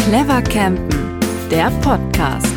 Clever Campen, der Podcast.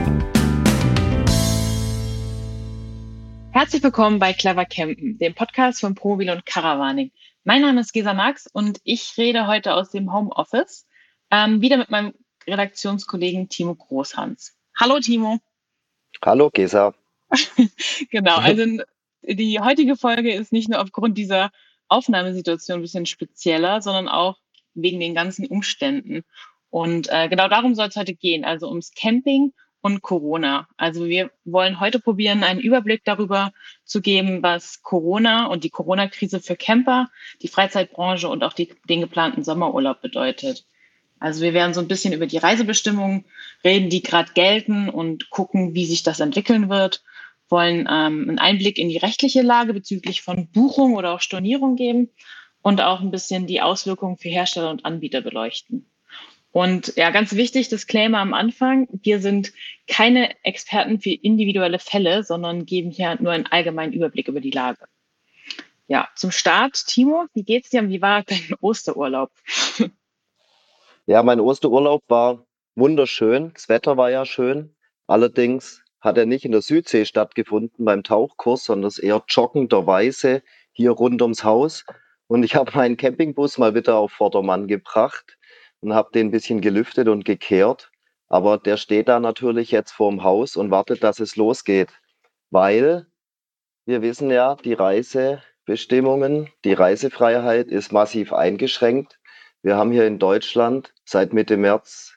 Herzlich willkommen bei Clever Campen, dem Podcast von Promobil und Caravaning. Mein Name ist Gesa Marx und ich rede heute aus dem Homeoffice, wieder mit meinem Redaktionskollegen Timo Großhans. Hallo Timo. Hallo Gesa. Genau, also die heutige Folge ist nicht nur aufgrund dieser Aufnahmesituation ein bisschen spezieller, sondern auch wegen den ganzen Umständen. Und genau darum soll es heute gehen, also ums Camping und Corona. Also wir wollen heute probieren, einen Überblick darüber zu geben, was Corona und die Corona-Krise für Camper, die Freizeitbranche und auch den geplanten Sommerurlaub bedeutet. Also wir werden so ein bisschen über die Reisebestimmungen reden, die gerade gelten und gucken, wie sich das entwickeln wird. Wollen einen Einblick in die rechtliche Lage bezüglich von Buchung oder auch Stornierung geben und auch ein bisschen die Auswirkungen für Hersteller und Anbieter beleuchten. Und ja, ganz wichtig, Disclaimer am Anfang, wir sind keine Experten für individuelle Fälle, sondern geben hier nur einen allgemeinen Überblick über die Lage. Ja, zum Start, Timo, wie geht's dir und wie war dein Osterurlaub? Ja, mein Osterurlaub war wunderschön. Das Wetter war ja schön. Allerdings hat er nicht in der Südsee stattgefunden beim Tauchkurs, sondern es eher joggenderweise hier rund ums Haus. Und ich habe meinen Campingbus mal wieder auf Vordermann gebracht und habe den ein bisschen gelüftet und gekehrt. Aber der steht da natürlich jetzt vorm Haus und wartet, dass es losgeht. Weil wir wissen ja, die Reisebestimmungen, die Reisefreiheit ist massiv eingeschränkt. Wir haben hier in Deutschland seit Mitte März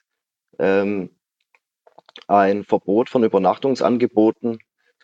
ein Verbot von Übernachtungsangeboten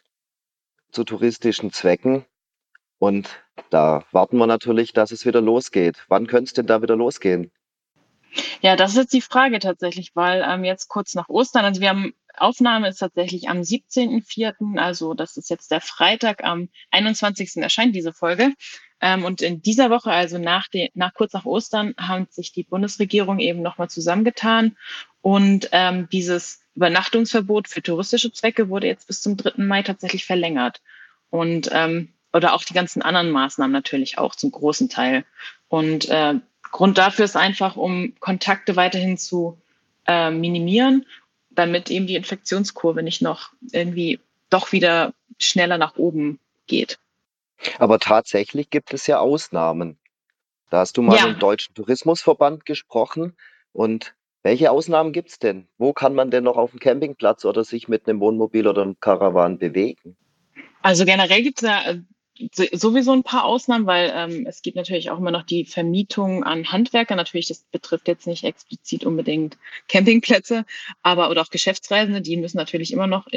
zu touristischen Zwecken. Und da warten wir natürlich, dass es wieder losgeht. Wann könnte es denn da wieder losgehen? Ja, das ist jetzt die Frage tatsächlich, weil jetzt kurz nach Ostern, also Aufnahme ist tatsächlich am 17.04., also das ist jetzt der Freitag, am 21. erscheint diese Folge. Und in dieser Woche, also kurz nach Ostern, haben sich die Bundesregierung eben nochmal zusammengetan und dieses Übernachtungsverbot für touristische Zwecke wurde jetzt bis zum 3. Mai tatsächlich verlängert. Und oder auch die ganzen anderen Maßnahmen natürlich auch zum großen Teil. Und Grund dafür ist einfach, um Kontakte weiterhin zu minimieren, damit eben die Infektionskurve nicht noch irgendwie doch wieder schneller nach oben geht. Aber tatsächlich gibt es ja Ausnahmen. Da hast du mal mit dem Deutschen Tourismusverband gesprochen. Und welche Ausnahmen gibt es denn? Wo kann man denn noch auf dem Campingplatz oder sich mit einem Wohnmobil oder einem Caravan bewegen? Also generell gibt es ja sowieso ein paar Ausnahmen, weil es gibt natürlich auch immer noch die Vermietung an Handwerker. Natürlich, das betrifft jetzt nicht explizit unbedingt Campingplätze, oder auch Geschäftsreisende, die müssen natürlich immer noch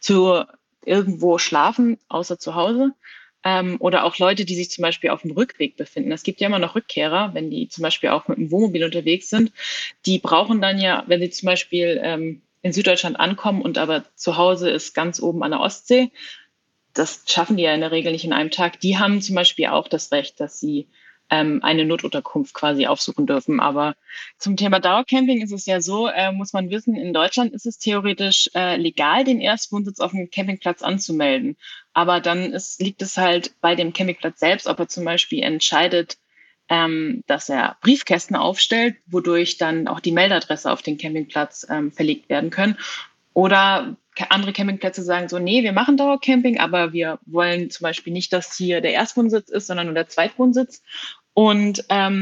irgendwo schlafen, außer zu Hause. Oder auch Leute, die sich zum Beispiel auf dem Rückweg befinden. Es gibt ja immer noch Rückkehrer, wenn die zum Beispiel auch mit dem Wohnmobil unterwegs sind. Die brauchen dann ja, wenn sie zum Beispiel in Süddeutschland ankommen und aber zu Hause ist ganz oben an der Ostsee, das schaffen die ja in der Regel nicht in einem Tag. Die haben zum Beispiel auch das Recht, dass sie eine Notunterkunft quasi aufsuchen dürfen. Aber zum Thema Dauercamping ist es ja so, muss man wissen, in Deutschland ist es theoretisch legal, den Erstwohnsitz auf dem Campingplatz anzumelden. Aber dann liegt es halt bei dem Campingplatz selbst, ob er zum Beispiel entscheidet, dass er Briefkästen aufstellt, wodurch dann auch die Meldadresse auf den Campingplatz verlegt werden können. Oder andere Campingplätze sagen so, nee, wir machen Dauercamping, aber wir wollen zum Beispiel nicht, dass hier der Erstwohnsitz ist, sondern nur der Zweitwohnsitz. Und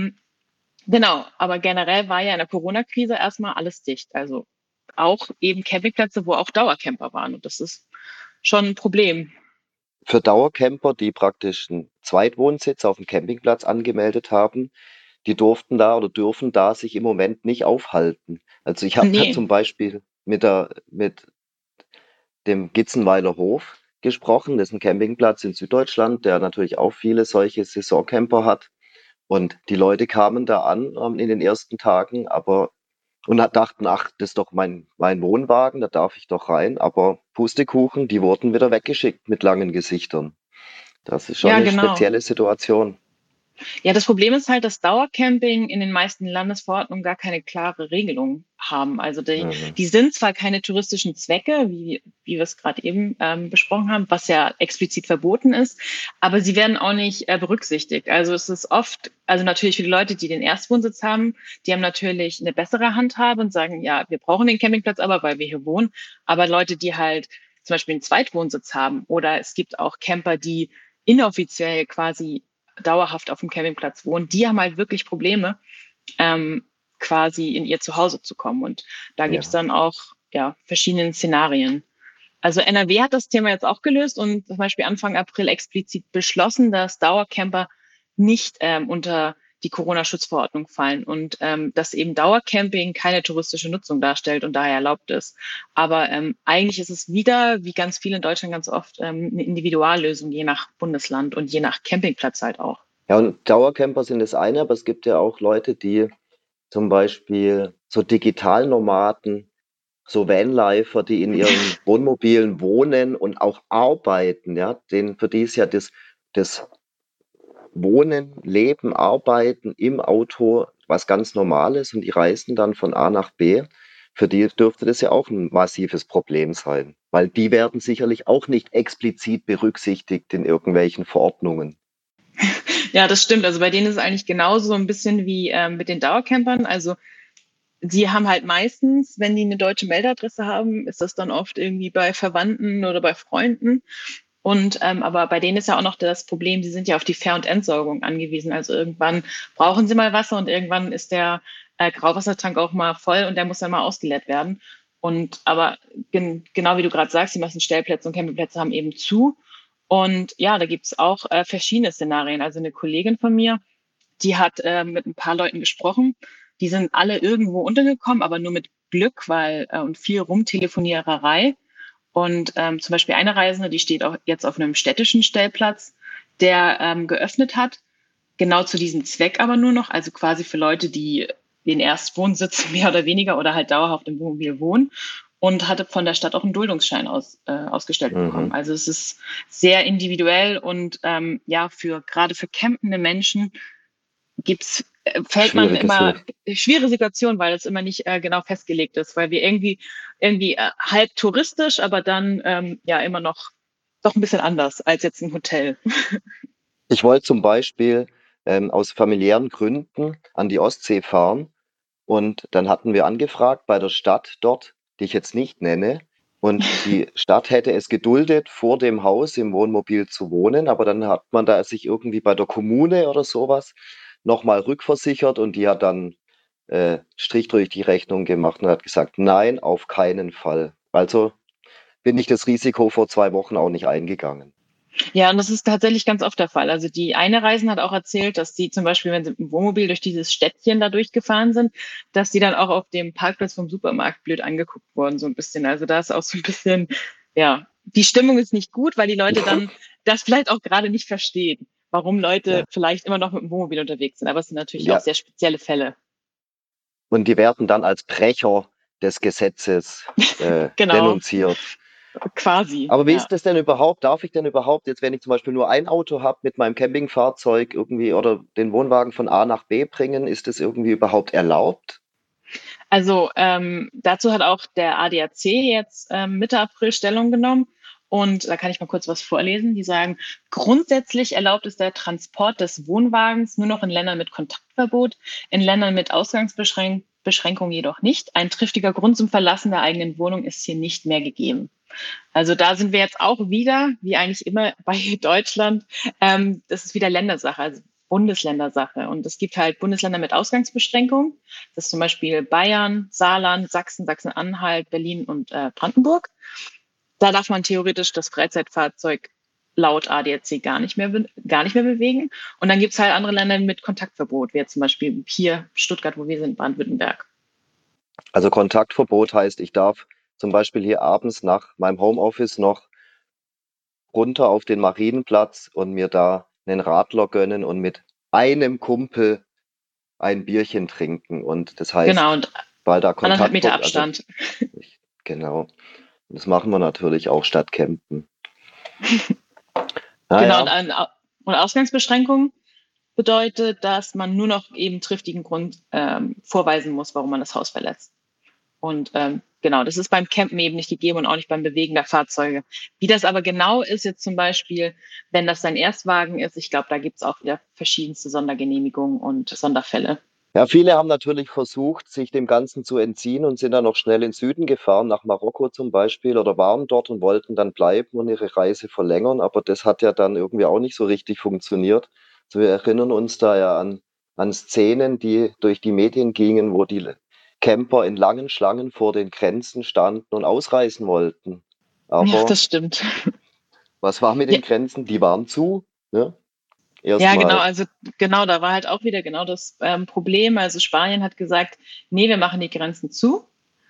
genau, aber generell war ja in der Corona-Krise erstmal alles dicht. Also auch eben Campingplätze, wo auch Dauercamper waren. Und das ist schon ein Problem. Für Dauercamper, die praktisch einen Zweitwohnsitz auf dem Campingplatz angemeldet haben, die durften da oder dürfen da sich im Moment nicht aufhalten. Also ich habe da zum Beispiel mit dem Gitzenweiler Hof gesprochen. Das ist ein Campingplatz in Süddeutschland, der natürlich auch viele solche Saisoncamper hat. Und die Leute kamen da an in den ersten Tagen, und dachten, ach, das ist doch mein Wohnwagen, da darf ich doch rein. Aber Pustekuchen, die wurden wieder weggeschickt mit langen Gesichtern. Das ist schon eine spezielle Situation. Ja, das Problem ist halt, dass Dauercamping in den meisten Landesverordnungen gar keine klare Regelung haben. Also Mhm. die sind zwar keine touristischen Zwecke, wie wir es gerade eben besprochen haben, was ja explizit verboten ist, aber sie werden auch nicht berücksichtigt. Also es ist oft, also natürlich für die Leute, die den Erstwohnsitz haben, die haben natürlich eine bessere Handhabe und sagen, ja, wir brauchen den Campingplatz aber, weil wir hier wohnen. Aber Leute, die halt zum Beispiel einen Zweitwohnsitz haben oder es gibt auch Camper, die inoffiziell quasi dauerhaft auf dem Campingplatz wohnen, die haben halt wirklich Probleme, quasi in ihr Zuhause zu kommen. Und da gibt's Ja. dann auch verschiedene Szenarien. Also NRW hat das Thema jetzt auch gelöst und zum Beispiel Anfang April explizit beschlossen, dass Dauercamper nicht unter die Corona-Schutzverordnung fallen und dass eben Dauercamping keine touristische Nutzung darstellt und daher erlaubt ist. Aber eigentlich ist es wieder, wie ganz viel in Deutschland ganz oft, eine Individuallösung, je nach Bundesland und je nach Campingplatz halt auch. Ja, und Dauercamper sind das eine, aber es gibt ja auch Leute, die zum Beispiel so Digitalnomaden, so Vanlifer, die in ihren Wohnmobilen wohnen und auch arbeiten, ja, für die ist ja das Wohnen, Leben, Arbeiten im Auto was ganz Normales und die reisen dann von A nach B. Für die dürfte das ja auch ein massives Problem sein, weil die werden sicherlich auch nicht explizit berücksichtigt in irgendwelchen Verordnungen. Ja, das stimmt. Also bei denen ist es eigentlich genauso ein bisschen wie mit den Dauercampern. Also die haben halt meistens, wenn die eine deutsche Meldadresse haben, ist das dann oft irgendwie bei Verwandten oder bei Freunden. Und aber bei denen ist ja auch noch das Problem, sie sind ja auf die Fähr- und Entsorgung angewiesen. Also irgendwann brauchen sie mal Wasser und irgendwann ist der Grauwassertank auch mal voll und der muss dann mal ausgeleert werden. Und aber genau wie du gerade sagst, die meisten Stellplätze und Campingplätze haben eben zu. Und ja, da gibt's auch verschiedene Szenarien. Also eine Kollegin von mir, die hat mit ein paar Leuten gesprochen. Die sind alle irgendwo untergekommen, aber nur mit Glück, weil und viel Rumtelefoniererei. Und zum Beispiel eine Reisende, die steht auch jetzt auf einem städtischen Stellplatz, der geöffnet hat, genau zu diesem Zweck aber nur noch, also quasi für Leute, die den Erstwohnsitz mehr oder weniger oder halt dauerhaft im Wohnmobil wohnen und hatte von der Stadt auch einen Duldungsschein ausgestellt bekommen. Mhm. Also es ist sehr individuell und ja, gerade für campende Menschen fällt man Schwierige immer Sache. schwierige Situation, weil es immer nicht genau festgelegt ist, weil wir irgendwie halb touristisch, aber dann ja immer noch doch ein bisschen anders als jetzt ein Hotel. Ich wollte zum Beispiel aus familiären Gründen an die Ostsee fahren und dann hatten wir angefragt bei der Stadt dort, die ich jetzt nicht nenne, und die Stadt hätte es geduldet, vor dem Haus im Wohnmobil zu wohnen, aber dann hat man da sich irgendwie bei der Kommune oder sowas nochmal rückversichert und die hat dann Strich durch die Rechnung gemacht und hat gesagt, nein, auf keinen Fall. Also bin ich das Risiko vor 2 Wochen auch nicht eingegangen. Ja, und das ist tatsächlich ganz oft der Fall. Also die eine Reisende hat auch erzählt, dass sie zum Beispiel, wenn sie mit dem Wohnmobil durch dieses Städtchen da durchgefahren sind, dass sie dann auch auf dem Parkplatz vom Supermarkt blöd angeguckt wurden, so ein bisschen. Also da ist auch so ein bisschen, ja, die Stimmung ist nicht gut, weil die Leute dann das vielleicht auch gerade nicht verstehen, warum Leute Ja, vielleicht immer noch mit dem Wohnmobil unterwegs sind. Aber es sind natürlich auch ja. sehr spezielle Fälle. Und die werden dann als Brecher des Gesetzes Genau, denunziert. quasi, Aber wie ja. ist das denn überhaupt? Darf ich denn überhaupt, jetzt wenn ich zum Beispiel nur ein Auto habe mit meinem Campingfahrzeug irgendwie oder den Wohnwagen von A nach B bringen, ist das irgendwie überhaupt erlaubt? Also dazu hat auch der ADAC jetzt Mitte April Stellung genommen. Und da kann ich mal kurz was vorlesen. Die sagen, grundsätzlich erlaubt es der Transport des Wohnwagens nur noch in Ländern mit Kontaktverbot, in Ländern mit Ausgangsbeschränkung jedoch nicht. Ein triftiger Grund zum Verlassen der eigenen Wohnung ist hier nicht mehr gegeben. Also da sind wir jetzt auch wieder, wie eigentlich immer bei Deutschland, das ist wieder Ländersache, also Bundesländersache. Und es gibt halt Bundesländer mit Ausgangsbeschränkungen. Das ist zum Beispiel Bayern, Saarland, Sachsen, Sachsen-Anhalt, Berlin und Brandenburg. Da darf man theoretisch das Freizeitfahrzeug laut ADAC gar nicht mehr bewegen. Und dann gibt es halt andere Länder mit Kontaktverbot, wie jetzt zum Beispiel hier Stuttgart, wo wir sind, Baden-Württemberg. Also Kontaktverbot heißt, ich darf zum Beispiel hier abends nach meinem Homeoffice noch runter auf den Marienplatz und mir da einen Radler gönnen und mit einem Kumpel ein Bierchen trinken. Und das Genau, heißt, und weil da 1,5 Meter Kontaktverbot, also Abstand. genau, das machen wir natürlich auch statt campen. Genau, Naja, und Ausgangsbeschränkungen. bedeutet, dass man nur noch eben triftigen Grund vorweisen muss, warum man das Haus verlässt. Und genau, das ist beim Campen eben nicht gegeben und auch nicht beim Bewegen der Fahrzeuge. Wie das aber genau ist jetzt zum Beispiel, wenn das dein Erstwagen ist, ich glaube, da gibt es auch wieder verschiedenste Sondergenehmigungen und Sonderfälle. Ja, viele haben natürlich versucht, sich dem Ganzen zu entziehen und sind dann noch schnell in den Süden gefahren, nach Marokko zum Beispiel, oder waren dort und wollten dann bleiben und ihre Reise verlängern. Aber das hat ja dann irgendwie auch nicht so richtig funktioniert. Also wir erinnern uns da ja an Szenen, die durch die Medien gingen, wo die Camper in langen Schlangen vor den Grenzen standen und ausreisen wollten. Ja, Aber das stimmt. was war mit Ja, den Grenzen? Die waren zu, ne? ja, genau, Erstmal. also genau, da war halt auch wieder genau das Problem. Also Spanien hat gesagt, nee, wir machen die Grenzen zu.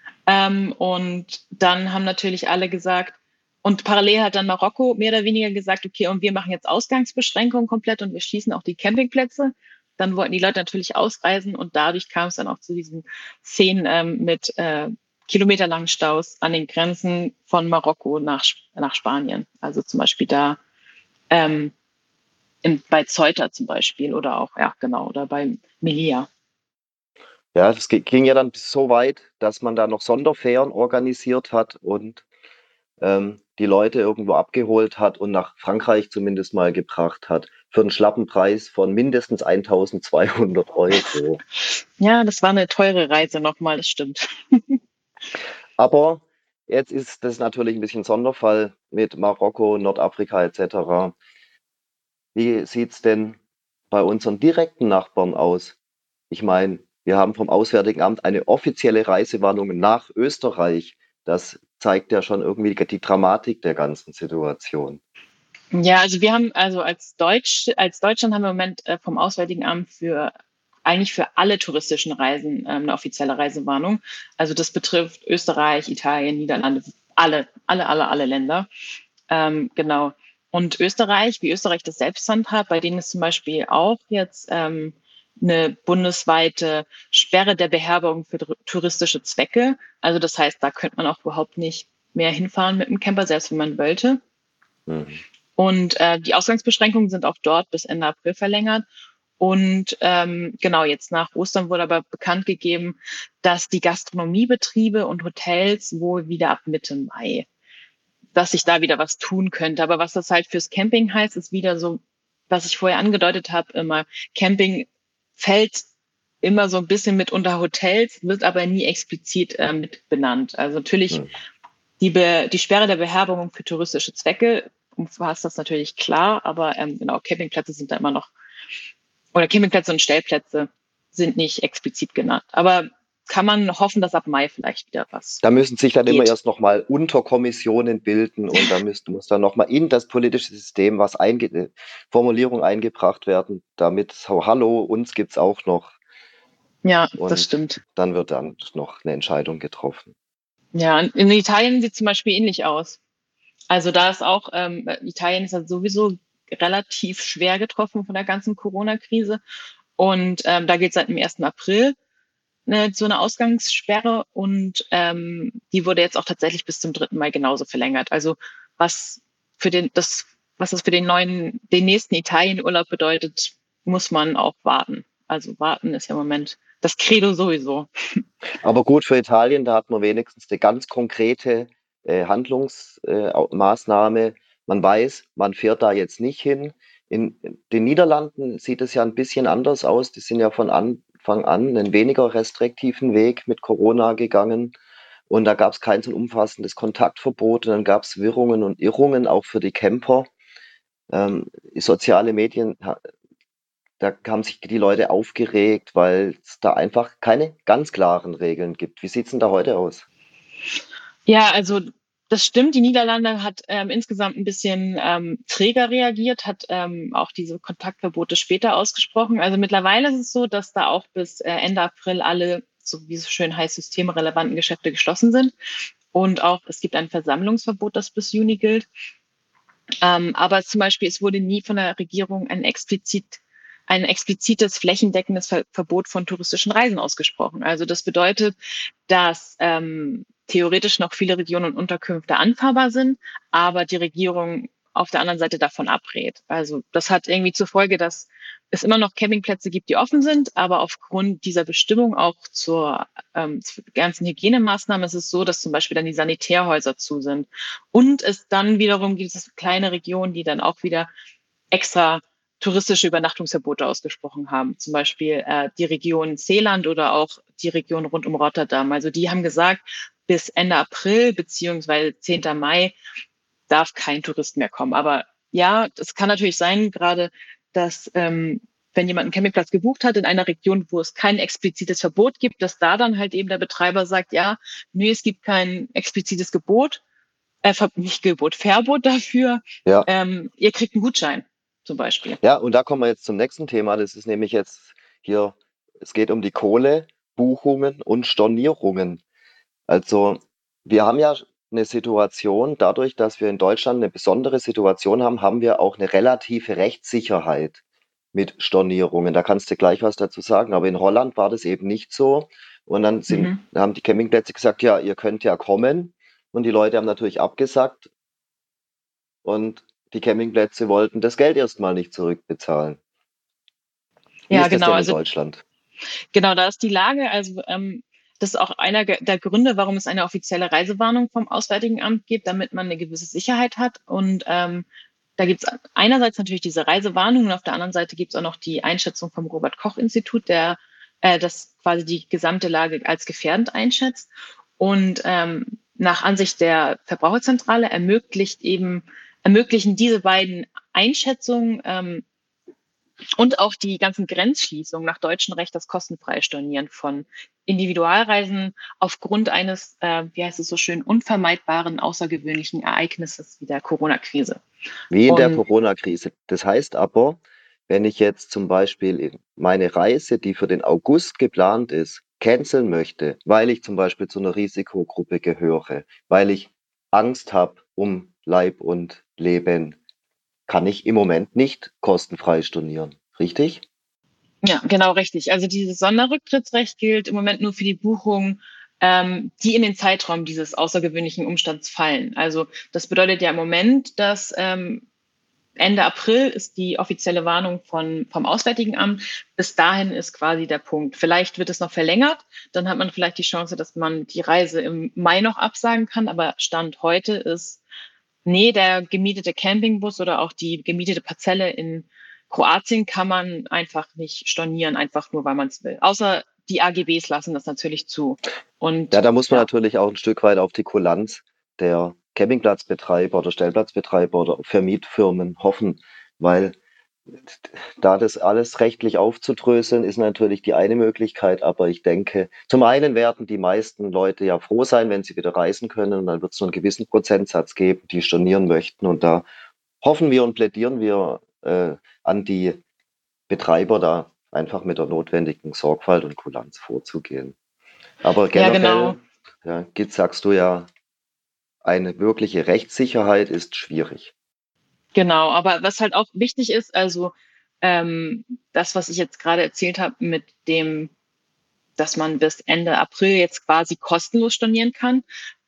Und dann haben natürlich alle gesagt, und parallel hat dann Marokko mehr oder weniger gesagt, okay, und wir machen jetzt Ausgangsbeschränkungen komplett und wir schließen auch die Campingplätze. Dann wollten die Leute natürlich ausreisen und dadurch kam es dann auch zu diesen Szenen mit kilometerlangen Staus an den Grenzen von Marokko nach Spanien. Also zum Beispiel da ähm, bei Ceuta zum Beispiel oder auch, ja genau, oder bei Melilla. Ja, das ging ja dann bis so weit, dass man da noch Sonderfähren organisiert hat und die Leute irgendwo abgeholt hat und nach Frankreich zumindest mal gebracht hat. Für einen schlappen Preis von mindestens 1.200 €. Ja, das war eine teure Reise nochmal, das stimmt. Aber jetzt ist das natürlich ein bisschen Sonderfall mit Marokko, Nordafrika etc. Wie sieht's denn bei unseren direkten Nachbarn aus? Ich meine, wir haben vom Auswärtigen Amt eine offizielle Reisewarnung nach Österreich. Das zeigt ja schon irgendwie die Dramatik der ganzen Situation. Ja, also wir haben, also als Deutschland haben wir im Moment vom Auswärtigen Amt eigentlich für alle touristischen Reisen eine offizielle Reisewarnung. Also das betrifft Österreich, Italien, Niederlande, alle Länder. Genau. Und Österreich, wie Österreich das selbst handhabt, bei denen ist zum Beispiel auch jetzt eine bundesweite Sperre der Beherbergung für touristische Zwecke. Also das heißt, da könnte man auch überhaupt nicht mehr hinfahren mit dem Camper, selbst wenn man wollte. Mhm. Und die Ausgangsbeschränkungen sind auch dort bis Ende April verlängert. Und genau, jetzt nach Ostern wurde aber bekannt gegeben, dass die Gastronomiebetriebe und Hotels wohl wieder ab Mitte Mai, dass sich da wieder was tun könnte. Aber was das halt fürs Camping heißt, ist wieder so, was ich vorher angedeutet habe, immer Camping fällt immer so ein bisschen mit unter Hotels, wird aber nie explizit mit benannt. Also natürlich Mhm. die Sperre der Beherbergung für touristische Zwecke umfasst das natürlich klar, aber genau, Campingplätze sind da immer noch, oder Campingplätze und Stellplätze sind nicht explizit genannt. Aber kann man hoffen, dass ab Mai vielleicht wieder was Da müssen sich dann immer geht. erst nochmal Unterkommissionen bilden und da muss dann nochmal in das politische System was Formulierung eingebracht werden, damit so, hallo, uns gibt's auch noch. Ja, das Und stimmt. dann wird dann noch eine Entscheidung getroffen. Ja, in Italien sieht es zum Beispiel ähnlich aus. Also da ist auch, Italien ist ja sowieso relativ schwer getroffen von der ganzen Corona-Krise. Und da gilt seit dem 1. April so eine Ausgangssperre und die wurde jetzt auch tatsächlich bis zum 3. Mai genauso verlängert. Also was was das für den nächsten Italienurlaub bedeutet, muss man auch warten. Also warten ist ja im Moment das Credo sowieso. Aber gut für Italien, da hat man wenigstens eine ganz konkrete Handlungsmaßnahme. Man weiß, man fährt da jetzt nicht hin. In den Niederlanden sieht es ja ein bisschen anders aus. Die sind ja von Anfang an einen weniger restriktiven Weg mit Corona gegangen. Und da gab es kein so umfassendes Kontaktverbot. Und dann gab es Wirrungen und Irrungen auch für die Camper. Soziale Medien, da haben sich die Leute aufgeregt, weil es da einfach keine ganz klaren Regeln gibt. Wie sieht's denn da heute aus? Ja, also das stimmt. Die Niederlande hat insgesamt ein bisschen träger reagiert, hat auch diese Kontaktverbote später ausgesprochen. Also mittlerweile ist es so, dass da auch bis Ende April alle, so wie es so schön heißt, systemrelevanten Geschäfte geschlossen sind. Und auch es gibt ein Versammlungsverbot, das bis Juni gilt. Aber zum Beispiel, es wurde nie von der Regierung ein explizites flächendeckendes Verbot von touristischen Reisen ausgesprochen. Also das bedeutet, dass theoretisch noch viele Regionen und Unterkünfte anfahrbar sind, aber die Regierung auf der anderen Seite davon abrät. Also das hat irgendwie zur Folge, dass es immer noch Campingplätze gibt, die offen sind, aber aufgrund dieser Bestimmung auch zur ganzen Hygienemaßnahmen ist es so, dass zum Beispiel dann die Sanitärhäuser zu sind. Und es dann wiederum gibt es kleine Regionen, die dann auch wieder extra touristische Übernachtungsverbote ausgesprochen haben. Zum Beispiel die Region Seeland oder auch die Region rund um Rotterdam. Also die haben gesagt, bis Ende April beziehungsweise 10. Mai darf kein Tourist mehr kommen. Aber ja, es kann natürlich sein, gerade dass wenn jemand einen Campingplatz gebucht hat in einer Region, wo es kein explizites Verbot gibt, dass da dann halt eben der Betreiber sagt, ja, nee, es gibt kein explizites Gebot, nicht Gebot, Verbot dafür, Ja. ihr kriegt einen Gutschein zum Beispiel. Ja, und da kommen wir jetzt zum nächsten Thema. Das ist nämlich jetzt hier, es geht um die Kohle, Buchungen und Stornierungen. Also wir haben ja eine Situation, dadurch, dass wir in Deutschland eine besondere Situation haben, haben wir auch eine relative Rechtssicherheit mit Stornierungen. Da kannst du gleich was dazu sagen. Aber in Holland war das eben nicht so. Und dann haben die Campingplätze gesagt, ja, ihr könnt ja kommen. Und die Leute haben natürlich abgesagt. Und die Campingplätze wollten das Geld erstmal nicht zurückbezahlen. Wie Ja, ist das genau. denn in Also Deutschland? genau, da ist die Lage. Also das ist auch einer der Gründe, warum es eine offizielle Reisewarnung vom Auswärtigen Amt gibt, damit man eine gewisse Sicherheit hat. Und da gibt es einerseits natürlich diese Reisewarnung und auf der anderen Seite gibt es auch noch die Einschätzung vom Robert-Koch-Institut, der das quasi die gesamte Lage als gefährdend einschätzt. Und nach Ansicht der Verbraucherzentrale ermöglichen diese beiden Einschätzungen und auch die ganzen Grenzschließungen nach deutschem Recht das kostenfreie Stornieren von Individualreisen aufgrund eines, wie heißt es so schön, unvermeidbaren, außergewöhnlichen Ereignisses wie der Corona-Krise. Wie in der Und Corona-Krise. Das heißt aber, wenn ich jetzt zum Beispiel meine Reise, die für den August geplant ist, canceln möchte, weil ich zum Beispiel zu einer Risikogruppe gehöre, weil ich Angst habe um Leib und Leben, kann ich im Moment nicht kostenfrei stornieren. Richtig? ja, genau richtig. Also dieses Sonderrücktrittsrecht gilt im Moment nur für die Buchungen, die in den Zeitraum dieses außergewöhnlichen Umstands fallen. Also das bedeutet ja im Moment, dass Ende April ist die offizielle Warnung vom Auswärtigen Amt. Bis dahin ist quasi der Punkt. Vielleicht wird es noch verlängert. Dann hat man vielleicht die Chance, dass man die Reise im Mai noch absagen kann. Aber Stand heute ist, nee, der gemietete Campingbus oder auch die gemietete Parzelle in Kroatien kann man einfach nicht stornieren, einfach nur, weil man es will. Außer die AGBs lassen das natürlich zu. Und Ja, da muss man ja, natürlich auch ein Stück weit auf die Kulanz der Campingplatzbetreiber oder Stellplatzbetreiber oder Vermietfirmen hoffen, weil da das alles rechtlich aufzudröseln, ist natürlich die eine Möglichkeit, aber ich denke, zum einen werden die meisten Leute ja froh sein, wenn sie wieder reisen können und dann wird es nur einen gewissen Prozentsatz geben, die stornieren möchten und da hoffen wir und plädieren wir an die Betreiber, da einfach mit der notwendigen Sorgfalt und Kulanz vorzugehen. Aber ja, genau. generell, sagst du ja, eine wirkliche Rechtssicherheit ist schwierig. Genau, aber was halt auch wichtig ist, also das, was ich jetzt gerade erzählt habe, mit dem, dass man bis Ende April jetzt quasi kostenlos stornieren kann,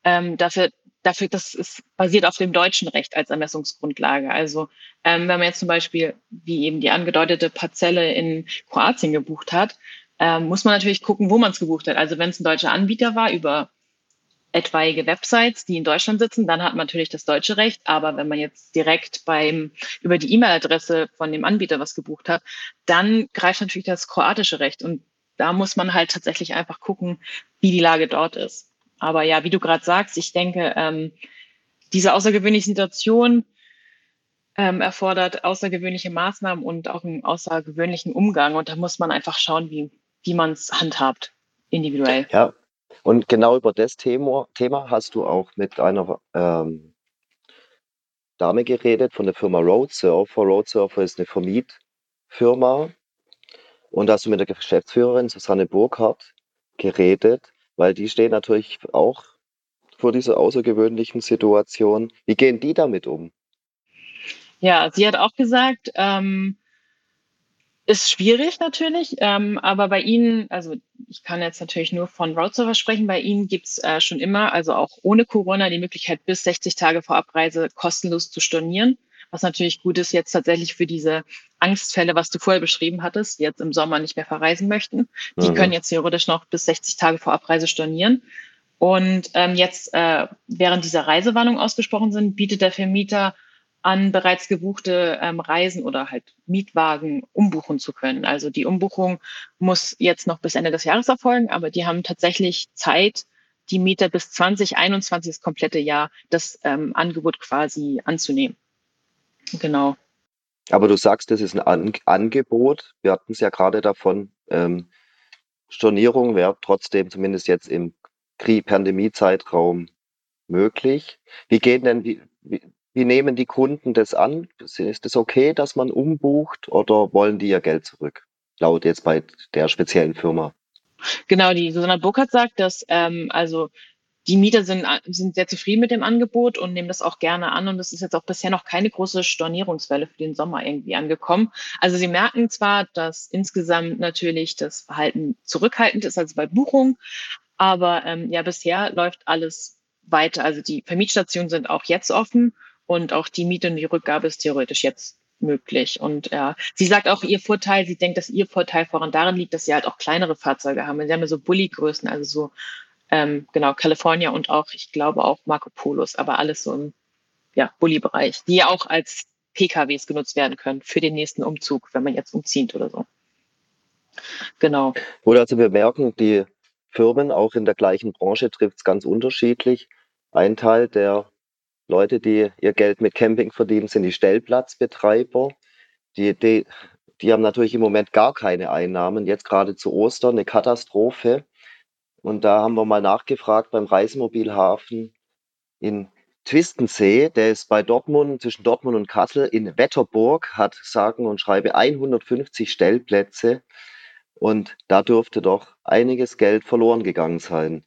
das ist basiert auf dem deutschen Recht als Ermessungsgrundlage. Also wenn man jetzt zum Beispiel, wie eben die angedeutete Parzelle in Kroatien gebucht hat, muss man natürlich gucken, wo man es gebucht hat. Also wenn es ein deutscher Anbieter war über etwaige Websites, die in Deutschland sitzen, dann hat man natürlich das deutsche Recht. Aber wenn man jetzt direkt über die E-Mail-Adresse von dem Anbieter was gebucht hat, dann greift natürlich das kroatische Recht. Und da muss man halt tatsächlich einfach gucken, wie die Lage dort ist. Aber ja, wie du gerade sagst, ich denke, diese außergewöhnliche Situation erfordert außergewöhnliche Maßnahmen und auch einen außergewöhnlichen Umgang. Und da muss man einfach schauen, wie man es handhabt, individuell. Ja, und genau über das Thema hast du auch mit einer Dame geredet von der Firma Roadsurfer. Roadsurfer ist eine Vermietfirma. Und da hast du mit der Geschäftsführerin Susanne Burkhardt geredet, weil die stehen natürlich auch vor dieser außergewöhnlichen Situation. Wie gehen die damit um? Ja, sie hat auch gesagt, ist schwierig natürlich, aber bei Ihnen, also ich kann jetzt natürlich nur von Roadsurfer sprechen, bei Ihnen gibt's schon immer, also auch ohne Corona, die Möglichkeit, bis 60 Tage vor Abreise kostenlos zu stornieren. was natürlich gut ist jetzt tatsächlich für diese Angstfälle, was du vorher beschrieben hattest, die jetzt im Sommer nicht mehr verreisen möchten. Die können Mhm. jetzt theoretisch noch bis 60 Tage vor Abreise stornieren. Und jetzt, während diese Reisewarnungen ausgesprochen sind, bietet der Vermieter an, bereits gebuchte Reisen oder halt Mietwagen umbuchen zu können. Also die Umbuchung muss jetzt noch bis Ende des Jahres erfolgen, aber die haben tatsächlich Zeit, die Mieter bis 2021, das komplette Jahr, das Angebot quasi anzunehmen. Genau. Aber du sagst, das ist ein Angebot. Wir hatten es ja gerade davon, Stornierung wäre trotzdem zumindest jetzt im Pandemie-Zeitraum möglich. Wie nehmen die Kunden das an? Ist das okay, dass man umbucht oder wollen die ihr Geld zurück? Laut jetzt bei der speziellen Firma. Genau, die Susanna Burkhardt sagt, dass also die Mieter sind sehr zufrieden mit dem Angebot und nehmen das auch gerne an. Und es ist jetzt auch bisher noch keine große Stornierungswelle für den Sommer irgendwie angekommen. Also sie merken zwar, dass insgesamt natürlich das Verhalten zurückhaltend ist, also bei Buchungen, aber ja, bisher läuft alles weiter. Also die Vermietstationen sind auch jetzt offen und auch die Miete und die Rückgabe ist theoretisch jetzt möglich. Und ja, sie sagt auch ihr Vorteil, sie denkt, dass ihr Vorteil voran darin liegt, dass sie halt auch kleinere Fahrzeuge haben. Sie haben ja so Bulli-Größen, also so genau, California und auch, ich glaube auch Marco Polos, aber alles so im ja, Bulli-Bereich, die ja auch als PKWs genutzt werden können für den nächsten Umzug, wenn man jetzt umzieht oder so. Genau. Oder also wir merken, die Firmen auch in der gleichen Branche trifft es ganz unterschiedlich. Ein Teil der Leute, die ihr Geld mit Camping verdienen, sind die Stellplatzbetreiber. Die haben natürlich im Moment gar keine Einnahmen. Jetzt gerade zu Ostern eine Katastrophe. Und da haben wir mal nachgefragt beim Reisemobilhafen in Twistensee, der ist bei Dortmund, zwischen Dortmund und Kassel in Wetterburg, hat sagen und schreibe 150 Stellplätze. Und da dürfte doch einiges Geld verloren gegangen sein.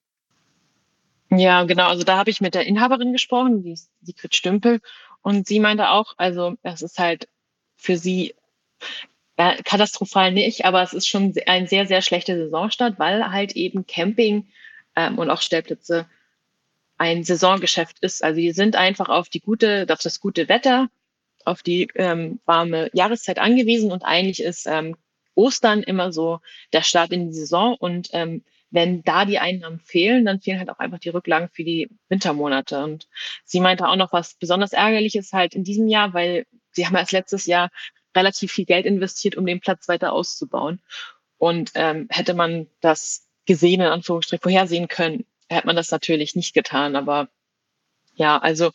Ja, genau. Also da habe ich mit der Inhaberin gesprochen, die ist Sigrid Stümpel, und sie meinte auch, also es ist halt für sie ja, katastrophal nicht, aber es ist schon ein sehr, sehr schlechter Saisonstart, weil halt eben Camping und auch Stellplätze ein Saisongeschäft ist. Also die sind einfach auf das gute Wetter, auf die warme Jahreszeit angewiesen und eigentlich ist Ostern immer so der Start in die Saison und wenn da die Einnahmen fehlen, dann fehlen halt auch einfach die Rücklagen für die Wintermonate. Und sie meinte auch noch, was besonders ärgerlich ist halt in diesem Jahr, weil sie haben erst letztes Jahr relativ viel Geld investiert, um den Platz weiter auszubauen. Und hätte man das gesehen, in Anführungsstrichen, vorhersehen können, hätte man das natürlich nicht getan. Aber ja, also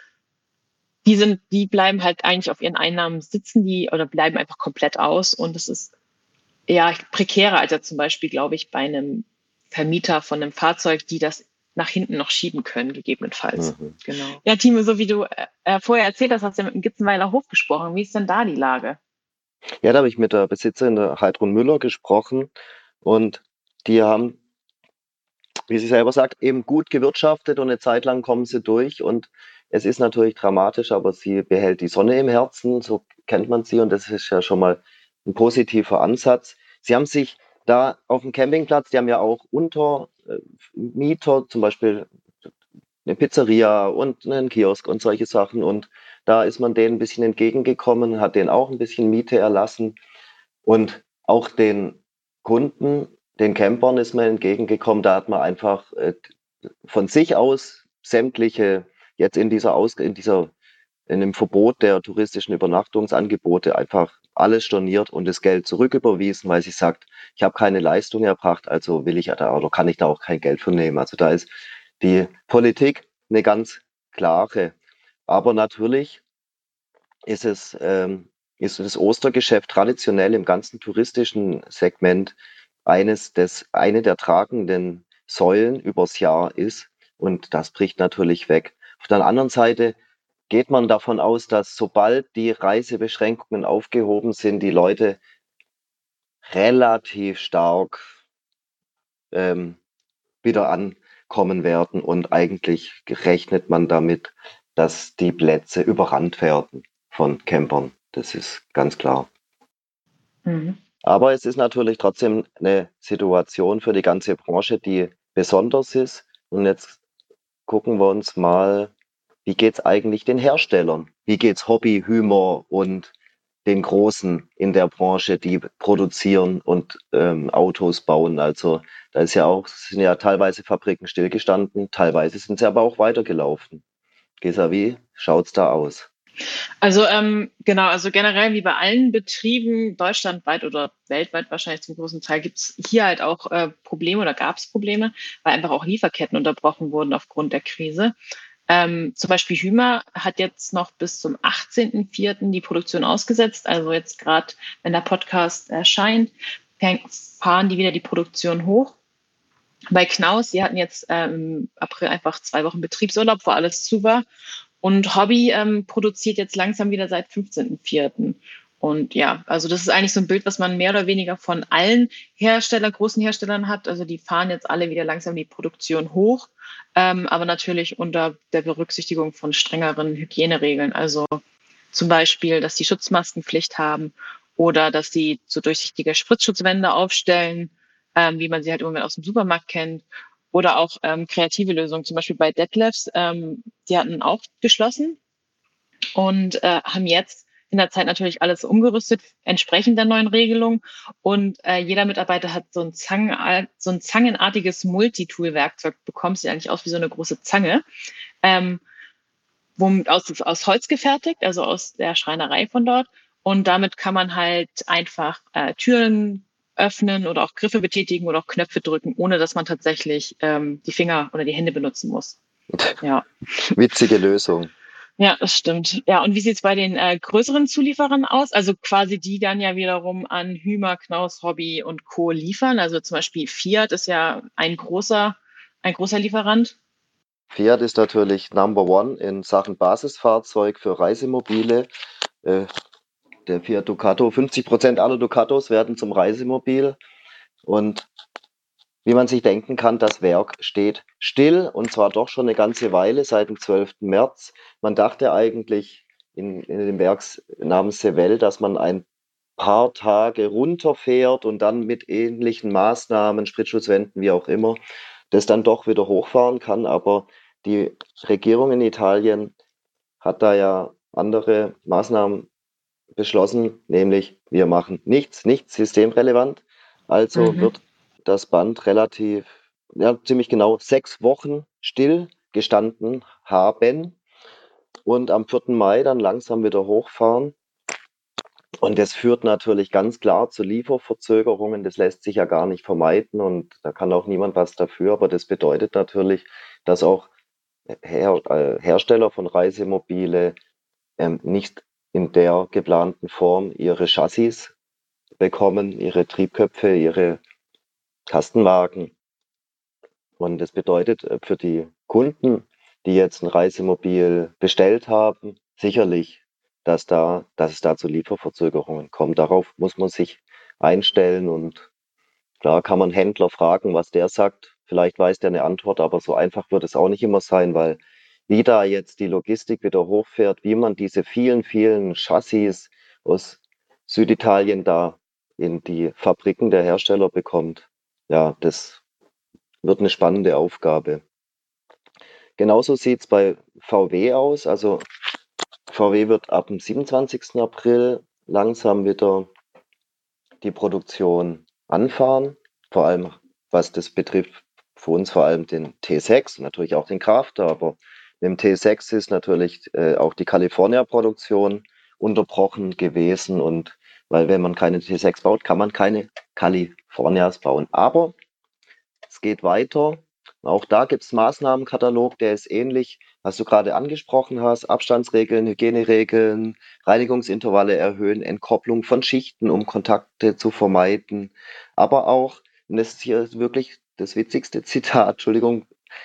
die bleiben halt eigentlich auf ihren Einnahmen sitzen, die oder bleiben einfach komplett aus. Und es ist ja prekärer als ja zum Beispiel, glaube ich, bei einem Vermieter von einem Fahrzeug, die das nach hinten noch schieben können, gegebenenfalls. Mhm. Genau. Ja, Timo, so wie du vorher erzählt hast, hast du ja mit dem Gitzenweiler Hof gesprochen. Wie ist denn da die Lage? Ja, da habe ich mit der Besitzerin, der Heidrun Müller, gesprochen und die haben, wie sie selber sagt, eben gut gewirtschaftet und eine Zeit lang kommen sie durch und es ist natürlich dramatisch, aber sie behält die Sonne im Herzen, so kennt man sie und das ist ja schon mal ein positiver Ansatz. Sie haben sich da auf dem Campingplatz, die haben ja auch Untermieter, zum Beispiel eine Pizzeria und einen Kiosk und solche Sachen und da ist man denen ein bisschen entgegengekommen, hat denen auch ein bisschen Miete erlassen und auch den Kunden, den Campern ist man entgegengekommen. Da hat man einfach von sich aus sämtliche jetzt in dem Verbot der touristischen Übernachtungsangebote einfach alles storniert und das Geld zurücküberwiesen, weil sie sagt, ich habe keine Leistung erbracht, also will ich da oder kann ich da auch kein Geld von nehmen. Also da ist die Politik eine ganz klare. Aber natürlich ist ist das Ostergeschäft traditionell im ganzen touristischen Segment eine der tragenden Säulen übers Jahr ist. Und das bricht natürlich weg. Auf der anderen Seite geht man davon aus, dass sobald die Reisebeschränkungen aufgehoben sind, die Leute relativ stark ähm, wieder ankommen werden. Und eigentlich rechnet man damit, dass die Plätze überrannt werden von Campern. Das ist ganz klar. Mhm. Aber es ist natürlich trotzdem eine Situation für die ganze Branche, die besonders ist. Und jetzt gucken wir uns mal, wie geht's eigentlich den Herstellern? Wie geht's Hobby, Hymer und den Großen in der Branche, die produzieren und Autos bauen? Also da sind ja teilweise Fabriken stillgestanden, teilweise sind sie aber auch weitergelaufen. Gesa, wie schaut's da aus? Also genau, also generell wie bei allen Betrieben deutschlandweit oder weltweit wahrscheinlich zum großen Teil gibt es hier halt auch Probleme oder gab es Probleme, weil einfach auch Lieferketten unterbrochen wurden aufgrund der Krise. Zum Beispiel Hymer hat jetzt noch bis zum 18.04. die Produktion ausgesetzt. Also jetzt gerade, wenn der Podcast erscheint, fahren die wieder die Produktion hoch. Bei Knaus, die hatten jetzt im April einfach 2 Wochen Betriebsurlaub, wo alles zu war. Und Hobby produziert jetzt langsam wieder seit 15.04. Und ja, also das ist eigentlich so ein Bild, was man mehr oder weniger von allen großen Herstellern hat. Also die fahren jetzt alle wieder langsam die Produktion hoch, aber natürlich unter der Berücksichtigung von strengeren Hygieneregeln. Also zum Beispiel, dass die Schutzmaskenpflicht haben oder dass die so durchsichtige Spritzschutzwände aufstellen, wie man sie halt im Moment aus dem Supermarkt kennt. Oder auch kreative Lösungen, zum Beispiel bei Detlefs, die hatten auch geschlossen und haben jetzt in der Zeit natürlich alles umgerüstet, entsprechend der neuen Regelung. Und jeder Mitarbeiter hat so ein zangenartiges Multitool-Werkzeug bekommen. Sieht eigentlich aus wie so eine große Zange. Ähm, aus Holz gefertigt, also aus der Schreinerei von dort. Und damit kann man halt einfach Türen öffnen oder auch Griffe betätigen oder auch Knöpfe drücken, ohne dass man tatsächlich die Finger oder die Hände benutzen muss. Ja. Witzige Lösung. Ja, das stimmt. Ja, und wie sieht's bei den größeren Zulieferern aus? Also quasi die dann ja wiederum an Hymer, Knaus, Hobby und Co. liefern. Also zum Beispiel Fiat ist ja ein großer Lieferant. Fiat ist natürlich Number One in Sachen Basisfahrzeug für Reisemobile. Äh, Der Fiat Ducato, 50% aller Ducatos werden zum Reisemobil. Und wie man sich denken kann, das Werk steht still und zwar doch schon eine ganze Weile, seit dem 12. März. Man dachte eigentlich in dem Werk namens Sevelle, dass man ein paar Tage runterfährt und dann mit ähnlichen Maßnahmen, Spritzschutzwänden, wie auch immer, das dann doch wieder hochfahren kann. Aber die Regierung in Italien hat da ja andere Maßnahmen beschlossen, nämlich wir machen nichts systemrelevant. Also Mhm. wird das Band ziemlich genau 6 Wochen still gestanden haben und am 4. Mai dann langsam wieder hochfahren. Und das führt natürlich ganz klar zu Lieferverzögerungen. Das lässt sich ja gar nicht vermeiden und da kann auch niemand was dafür. Aber das bedeutet natürlich, dass auch Hersteller von Reisemobile nicht in der geplanten Form ihre Chassis bekommen, ihre Triebköpfe, ihre Kastenwagen. Und das bedeutet für die Kunden, die jetzt ein Reisemobil bestellt haben, sicherlich, dass es da zu Lieferverzögerungen kommt. Darauf muss man sich einstellen und klar kann man Händler fragen, was der sagt. Vielleicht weiß der eine Antwort, aber so einfach wird es auch nicht immer sein, weil wie da jetzt die Logistik wieder hochfährt, wie man diese vielen, vielen Chassis aus Süditalien da in die Fabriken der Hersteller bekommt, ja, das wird eine spannende Aufgabe. Genauso sieht es bei VW aus. Also VW wird ab dem 27. April langsam wieder die Produktion anfahren, vor allem was das betrifft, für uns vor allem den T6 und natürlich auch den Crafter, aber mit dem T6 ist natürlich auch die California-Produktion unterbrochen gewesen und weil wenn man keine T6 baut, kann man keine Californias bauen. Aber es geht weiter. Auch da gibt es einen Maßnahmenkatalog, der ist ähnlich, was du gerade angesprochen hast. Abstandsregeln, Hygieneregeln, Reinigungsintervalle erhöhen, Entkopplung von Schichten, um Kontakte zu vermeiden. Aber auch, und das ist hier wirklich das witzigste Zitat, Entschuldigung,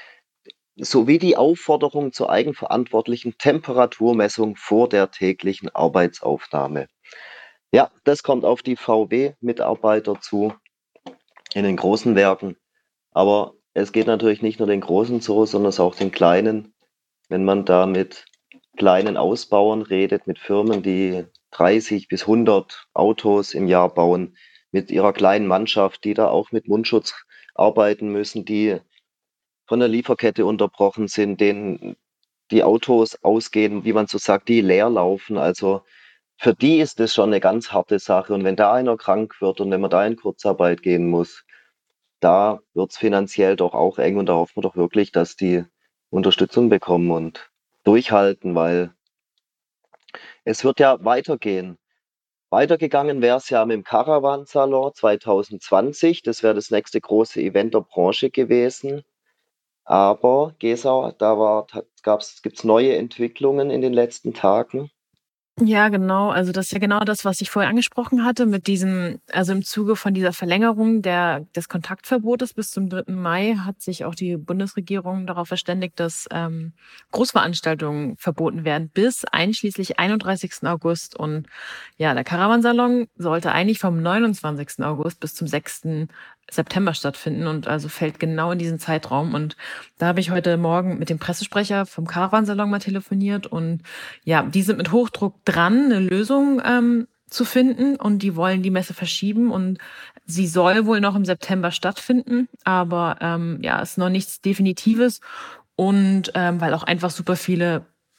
sowie die Aufforderung zur eigenverantwortlichen Temperaturmessung vor der täglichen Arbeitsaufnahme. Ja, das kommt auf die VW-Mitarbeiter zu in den großen Werken. Aber es geht natürlich nicht nur den Großen so, sondern es auch den Kleinen. Wenn man da mit kleinen Ausbauern redet, mit Firmen, die 30 bis 100 Autos im Jahr bauen, mit ihrer kleinen Mannschaft, die da auch mit Mundschutz arbeiten müssen, die von der Lieferkette unterbrochen sind, denen die Autos ausgehen, wie man so sagt, die leer laufen. Also für die ist das schon eine ganz harte Sache. Und wenn da einer krank wird und wenn man da in Kurzarbeit gehen muss, da wird es finanziell doch auch eng und da hoffen wir doch wirklich, dass die Unterstützung bekommen und durchhalten, weil es wird ja weitergehen. Weitergegangen wäre es ja mit dem Caravan-Salon 2020. Das wäre das nächste große Event der Branche gewesen. Aber Gesa, gibt's neue Entwicklungen in den letzten Tagen? Ja, genau. Also das ist ja genau das, was ich vorher angesprochen hatte, mit diesem, also im Zuge von dieser Verlängerung des Kontaktverbotes bis zum 3. Mai hat sich auch die Bundesregierung darauf verständigt, dass Großveranstaltungen verboten werden bis einschließlich 31. August. Und ja, der Caravansalon sollte eigentlich vom 29. August bis zum 6. September stattfinden und also fällt genau in diesen Zeitraum. Und da habe ich heute Morgen mit dem Pressesprecher vom Caravansalon mal telefoniert und ja, die sind mit Hochdruck dran, eine Lösung zu finden und die wollen die Messe verschieben und sie soll wohl noch im September stattfinden, aber ja, ist noch nichts Definitives und weil auch einfach super viele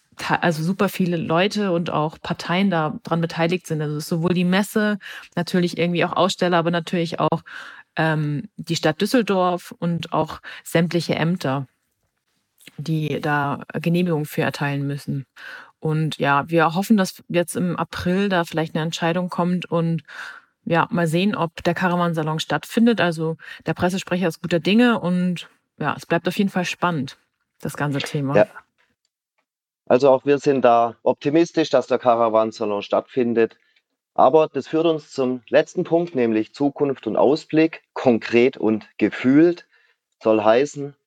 Leute und auch Parteien da dran beteiligt sind. Also es ist sowohl die Messe, natürlich irgendwie auch Aussteller, aber natürlich auch die Stadt Düsseldorf und auch sämtliche Ämter, die da Genehmigung für erteilen müssen. Und ja, wir hoffen, dass jetzt im April da vielleicht eine Entscheidung kommt und ja, mal sehen, ob der Caravansalon stattfindet. Also der Pressesprecher ist guter Dinge und ja, es bleibt auf jeden Fall spannend, das ganze Thema. Ja, also auch wir sind da optimistisch, dass der Caravan-Salon stattfindet. Aber das führt uns zum letzten Punkt, nämlich Zukunft und Ausblick, konkret und gefühlt. Soll heißen,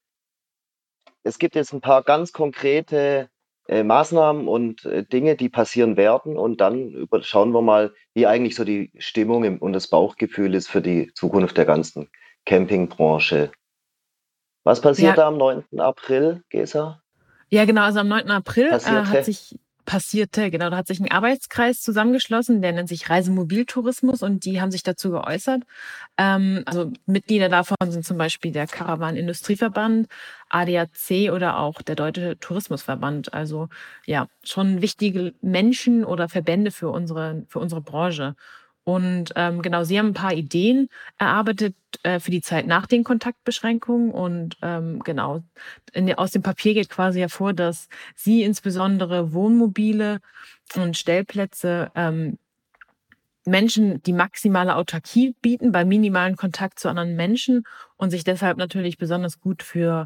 es gibt jetzt ein paar ganz konkrete Maßnahmen und Dinge, die passieren werden. Und dann schauen wir mal, wie eigentlich so die Stimmung und das Bauchgefühl ist für die Zukunft der ganzen Campingbranche. Was passiert Ja, da am 9. April, Gesa? ja, genau. Also am 9. April Passierte? da hat sich ein Arbeitskreis zusammengeschlossen, der nennt sich Reisemobiltourismus und die haben sich dazu geäußert. Also Mitglieder davon sind zum Beispiel der Caravan-Industrieverband, ADAC oder auch der Deutsche Tourismusverband. Also ja, schon wichtige Menschen oder Verbände für unsere Branche. Und genau, sie haben ein paar Ideen erarbeitet für die Zeit nach den Kontaktbeschränkungen. Und genau, aus dem Papier geht quasi hervor, dass sie insbesondere Wohnmobile und Stellplätze Menschen die maximale Autarkie bieten bei minimalen Kontakt zu anderen Menschen und sich deshalb natürlich besonders gut für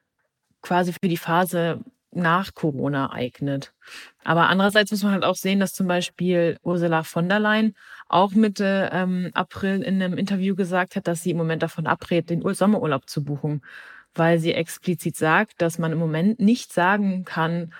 die Phase nach Corona eignet. Aber andererseits muss man halt auch sehen, dass zum Beispiel Ursula von der Leyen auch Mitte April in einem Interview gesagt hat, dass sie im Moment davon abrät, den Sommerurlaub zu buchen, weil sie explizit sagt, dass man im Moment nicht sagen kann,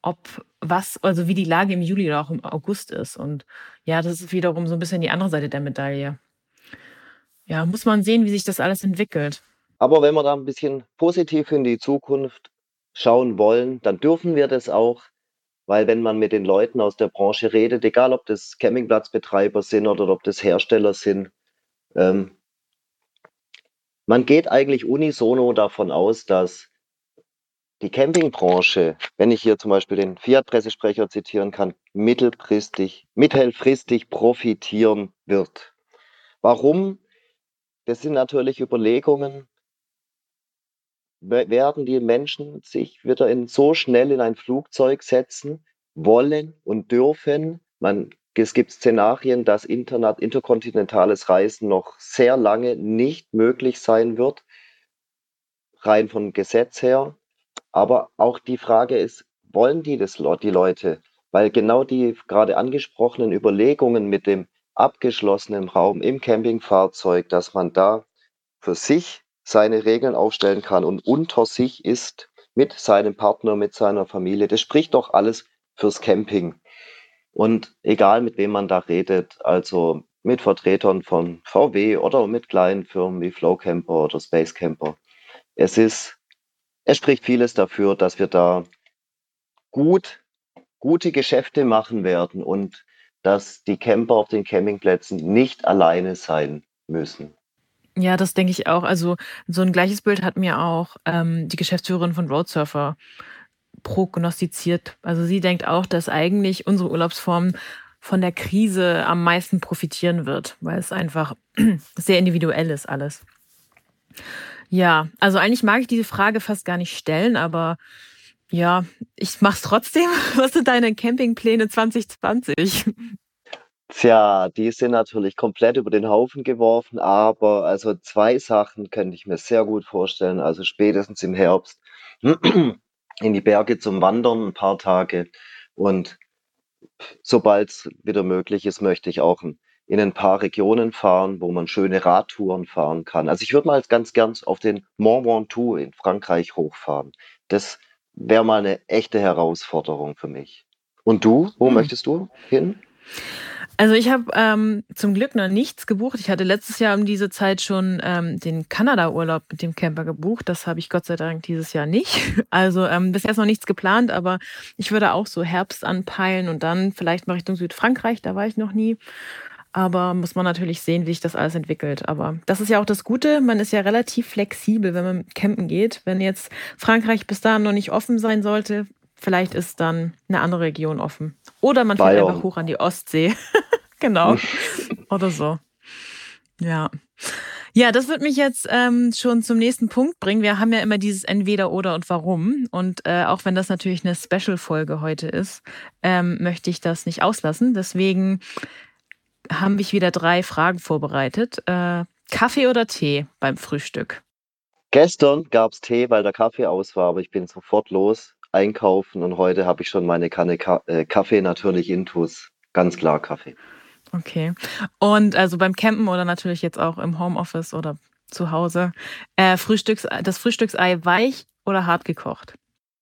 also wie die Lage im Juli oder auch im August ist. Und ja, das ist wiederum so ein bisschen die andere Seite der Medaille. Ja, muss man sehen, wie sich das alles entwickelt. Aber wenn wir da ein bisschen positiv in die Zukunft schauen wollen, dann dürfen wir das auch, weil wenn man mit den Leuten aus der Branche redet, egal ob das Campingplatzbetreiber sind oder ob das Hersteller sind, ähm, man geht eigentlich unisono davon aus, dass die Campingbranche, wenn ich hier zum Beispiel den Fiat-Pressesprecher zitieren kann, mittelfristig profitieren wird. Warum? Das sind natürlich Überlegungen. Werden die Menschen sich wieder so schnell in ein Flugzeug setzen wollen und dürfen? Es gibt Szenarien, dass interkontinentales Reisen noch sehr lange nicht möglich sein wird, rein vom Gesetz her. Aber auch die Frage ist, wollen die Leute? Weil genau die gerade angesprochenen Überlegungen mit dem abgeschlossenen Raum im Campingfahrzeug, dass man da für sich seine Regeln aufstellen kann und unter sich ist mit seinem Partner, mit seiner Familie. Das spricht doch alles fürs Camping. Und egal mit wem man da redet, also mit Vertretern von VW oder mit kleinen Firmen wie Flowcamper oder Spacecamper, es spricht vieles dafür, dass wir da gute Geschäfte machen werden und dass die Camper auf den Campingplätzen nicht alleine sein müssen. Ja, das denke ich auch. Also so ein gleiches Bild hat mir auch die Geschäftsführerin von Roadsurfer prognostiziert. Also sie denkt auch, dass eigentlich unsere Urlaubsform von der Krise am meisten profitieren wird, weil es einfach sehr individuell ist alles. Ja, also eigentlich mag ich diese Frage fast gar nicht stellen, aber ja, ich mach's trotzdem. Was sind deine Campingpläne 2020? Tja, die sind natürlich komplett über den Haufen geworfen, aber also 2 Sachen könnte ich mir sehr gut vorstellen. Also spätestens im Herbst in die Berge zum Wandern ein paar Tage und sobald es wieder möglich ist, möchte ich auch in ein paar Regionen fahren, wo man schöne Radtouren fahren kann. Also ich würde mal ganz gern auf den Mont Ventoux in Frankreich hochfahren. Das wäre mal eine echte Herausforderung für mich. Und du, wo möchtest du hin? Also ich habe zum Glück noch nichts gebucht. Ich hatte letztes Jahr um diese Zeit schon den Kanada-Urlaub mit dem Camper gebucht. Das habe ich Gott sei Dank dieses Jahr nicht. Also bisher ist noch nichts geplant, aber ich würde auch so Herbst anpeilen und dann vielleicht mal Richtung Südfrankreich. Da war ich noch nie. Aber muss man natürlich sehen, wie sich das alles entwickelt. Aber das ist ja auch das Gute. Man ist ja relativ flexibel, wenn man campen geht. Wenn jetzt Frankreich bis dahin noch nicht offen sein sollte, vielleicht ist dann eine andere Region offen. Oder man fährt einfach hoch an die Ostsee. Genau. Oder so. Ja. Ja, das wird mich jetzt schon zum nächsten Punkt bringen. Wir haben ja immer dieses Entweder oder und warum. Und auch wenn das natürlich eine Special-Folge heute ist, möchte ich das nicht auslassen. Deswegen haben wir wieder 3 Fragen vorbereitet. Kaffee oder Tee beim Frühstück? Gestern gab es Tee, weil der Kaffee aus war, aber ich bin sofort los einkaufen und heute habe ich schon meine Kanne Kaffee, natürlich Intus. Ganz klar Kaffee. Okay. Und also beim Campen oder natürlich jetzt auch im Homeoffice oder zu Hause, das Frühstücksei weich oder hart gekocht?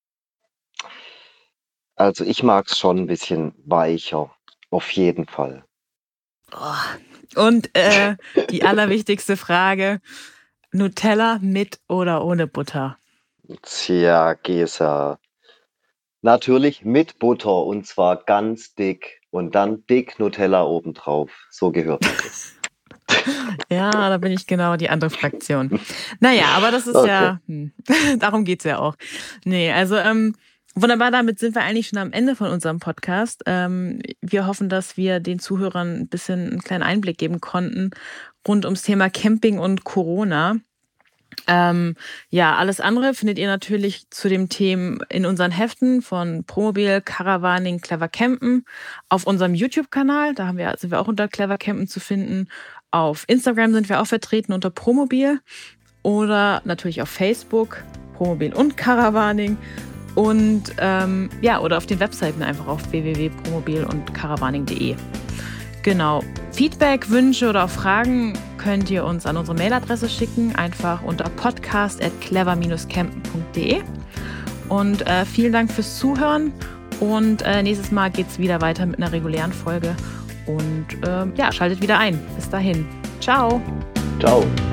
Also ich mag es schon ein bisschen weicher, auf jeden Fall. Oh. Und die allerwichtigste Frage, Nutella mit oder ohne Butter? Tja, Gesa. Natürlich mit Butter und zwar ganz dick und dann dick Nutella obendrauf. So gehört es. Ja, da bin ich genau die andere Fraktion. Naja, aber das ist Okay. darum geht's ja auch. Nee, also wunderbar, damit sind wir eigentlich schon am Ende von unserem Podcast. Wir hoffen, dass wir den Zuhörern ein bisschen einen kleinen Einblick geben konnten rund ums Thema Camping und Corona. Ja, alles andere findet ihr natürlich zu dem Thema in unseren Heften von Promobil, Caravaning, Clever Campen auf unserem YouTube-Kanal. Da sind wir auch unter Clever Campen zu finden. Auf Instagram sind wir auch vertreten unter Promobil oder natürlich auf Facebook, Promobil und Caravaning. Und oder auf den Webseiten einfach auf www.promobil und caravaning.de. Genau. Feedback, Wünsche oder auch Fragen könnt ihr uns an unsere Mailadresse schicken, einfach unter podcast@clever-campen.de. Und vielen Dank fürs Zuhören. Und nächstes Mal geht's wieder weiter mit einer regulären Folge. Und schaltet wieder ein. Bis dahin. Ciao. Ciao.